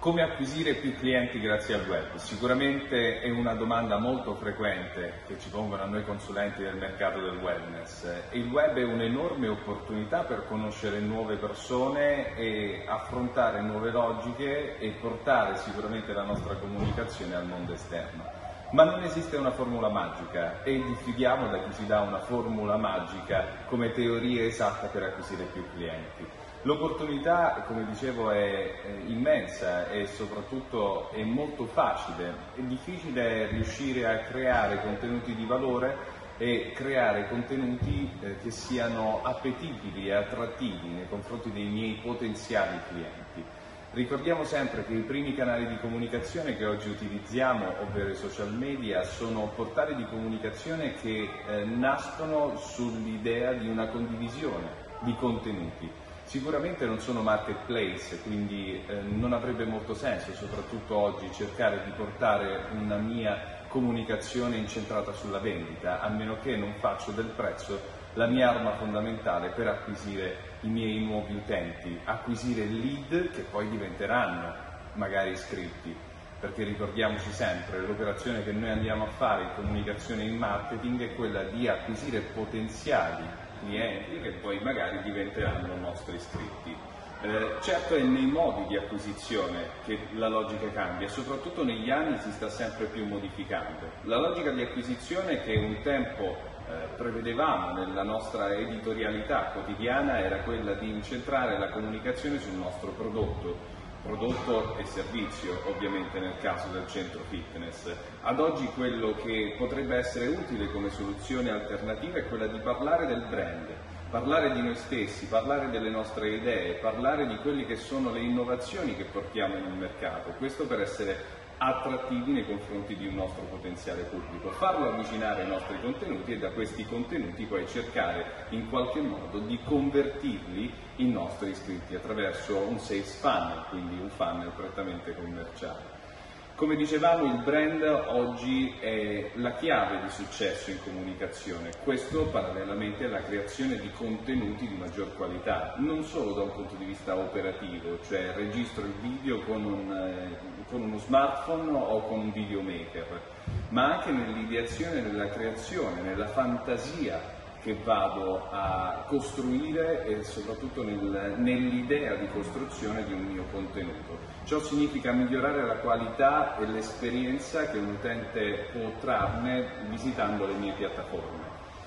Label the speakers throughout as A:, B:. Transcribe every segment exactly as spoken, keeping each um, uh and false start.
A: Come acquisire più clienti grazie al web? Sicuramente è una domanda molto frequente che ci pongono a noi consulenti del mercato del wellness. Il web è un'enorme opportunità per conoscere nuove persone e affrontare nuove logiche e portare sicuramente la nostra comunicazione al mondo esterno. Ma non esiste una formula magica e diffidiamo da chi ci dà una formula magica come teoria esatta per acquisire più clienti. L'opportunità, come dicevo, è immensa e soprattutto è molto facile. È difficile riuscire a creare contenuti di valore e creare contenuti che siano appetibili e attrattivi nei confronti dei miei potenziali clienti. Ricordiamo sempre che i primi canali di comunicazione che oggi utilizziamo, ovvero i social media, sono portali di comunicazione che eh, nascono sull'idea di una condivisione di contenuti. Sicuramente non sono marketplace, quindi eh, non avrebbe molto senso, soprattutto oggi, cercare di portare una mia comunicazione incentrata sulla vendita, a meno che non faccio del prezzo la mia arma fondamentale per acquisire i miei nuovi utenti, acquisire lead che poi diventeranno magari iscritti, perché ricordiamoci sempre, l'operazione che noi andiamo a fare in comunicazione e in marketing è quella di acquisire potenziali clienti che poi magari diventeranno nostri iscritti. Eh, certo è nei modi di acquisizione che la logica cambia, soprattutto negli anni si sta sempre più modificando. La logica di acquisizione che un tempo eh, prevedevamo nella nostra editorialità quotidiana era quella di incentrare la comunicazione sul nostro prodotto, prodotto e servizio, ovviamente nel caso del centro fitness. Ad oggi quello che potrebbe essere utile come soluzione alternativa è quella di parlare del brand, parlare di noi stessi, parlare delle nostre idee, parlare di quelle che sono le innovazioni che portiamo nel mercato, questo per essere attrattivi nei confronti di un nostro potenziale pubblico, farlo avvicinare ai nostri contenuti e da questi contenuti poi cercare in qualche modo di convertirli in nostri iscritti attraverso un sales funnel, quindi un funnel prettamente commerciale. Come dicevamo, il brand oggi è la chiave di successo in comunicazione, questo parallelamente alla creazione di contenuti di maggior qualità, non solo da un punto di vista operativo, cioè registro il video con, un, eh, con uno smartphone o con un videomaker, ma anche nell'ideazione, nella creazione, nella fantasia che vado a costruire e soprattutto nel, nell'idea di costruzione di un mio contenuto. Ciò significa migliorare la qualità e l'esperienza che un utente può trarne visitando le mie piattaforme.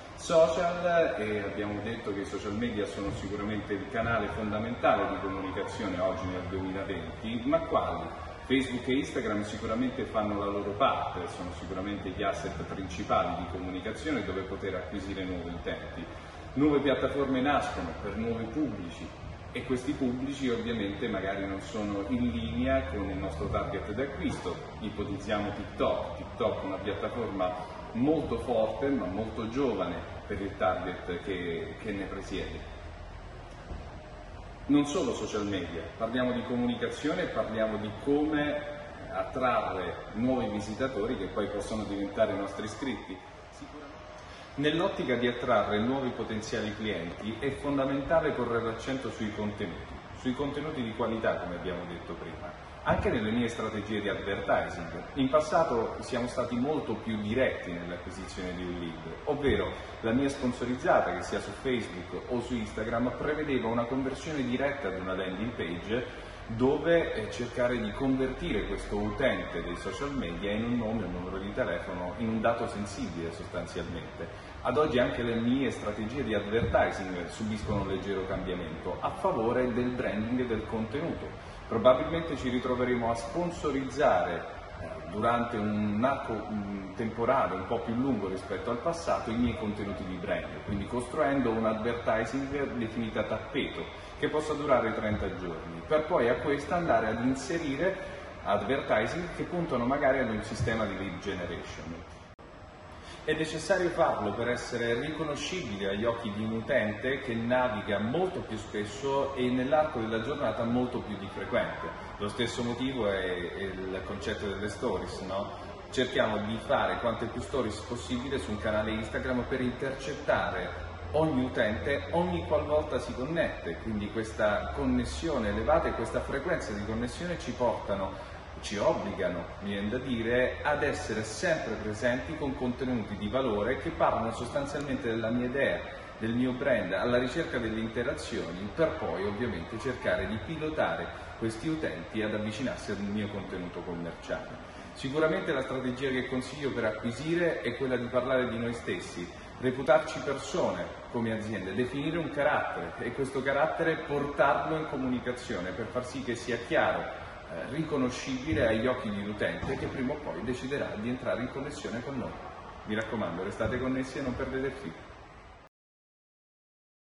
A: Social, e abbiamo detto che i social media sono sicuramente il canale fondamentale di comunicazione oggi nel duemilaventi, ma quali? Facebook e Instagram sicuramente fanno la loro parte, sono sicuramente gli asset principali di comunicazione dove poter acquisire nuovi utenti. Nuove piattaforme nascono per nuovi pubblici e questi pubblici ovviamente magari non sono in linea con il nostro target di acquisto. Ipotizziamo TikTok, TikTok è una piattaforma molto forte ma molto giovane per il target che, che ne presiede. Non solo social media, parliamo di comunicazione, parliamo di come attrarre nuovi visitatori che poi possono diventare i nostri iscritti. Nell'ottica di attrarre nuovi potenziali clienti è fondamentale porre l'accento sui contenuti, sui contenuti di qualità come abbiamo detto prima. Anche nelle mie strategie di advertising, in passato siamo stati molto più diretti nell'acquisizione di un lead, ovvero la mia sponsorizzata, che sia su Facebook o su Instagram, prevedeva una conversione diretta di una landing page dove cercare di convertire questo utente dei social media in un nome, un numero di telefono, in un dato sensibile sostanzialmente. Ad oggi anche le mie strategie di advertising subiscono un leggero cambiamento a favore del branding e del contenuto. Probabilmente ci ritroveremo a sponsorizzare eh, durante un arco um, temporale un po' più lungo rispetto al passato i miei contenuti di brand, quindi costruendo un advertising definita tappeto che possa durare trenta giorni, per poi a questa andare ad inserire advertising che puntano magari ad un sistema di lead generation. È necessario farlo per essere riconoscibile agli occhi di un utente che naviga molto più spesso e nell'arco della giornata molto più di frequente. Lo stesso motivo è il concetto delle stories, no? Cerchiamo di fare quante più stories possibile su un canale Instagram per intercettare ogni utente ogni qualvolta si connette, quindi questa connessione elevata e questa frequenza di connessione ci portano, ci obbligano, mi viene da dire, ad essere sempre presenti con contenuti di valore che parlano sostanzialmente della mia idea, del mio brand, alla ricerca delle interazioni, per poi ovviamente cercare di pilotare questi utenti ad avvicinarsi al mio contenuto commerciale. Sicuramente la strategia che consiglio per acquisire è quella di parlare di noi stessi, reputarci persone come aziende, definire un carattere e questo carattere portarlo in comunicazione per far sì che sia chiaro, eh, riconoscibile agli occhi dell'utente che prima o poi deciderà di entrare in connessione con noi. Mi raccomando, restate connessi e non perdete il filo.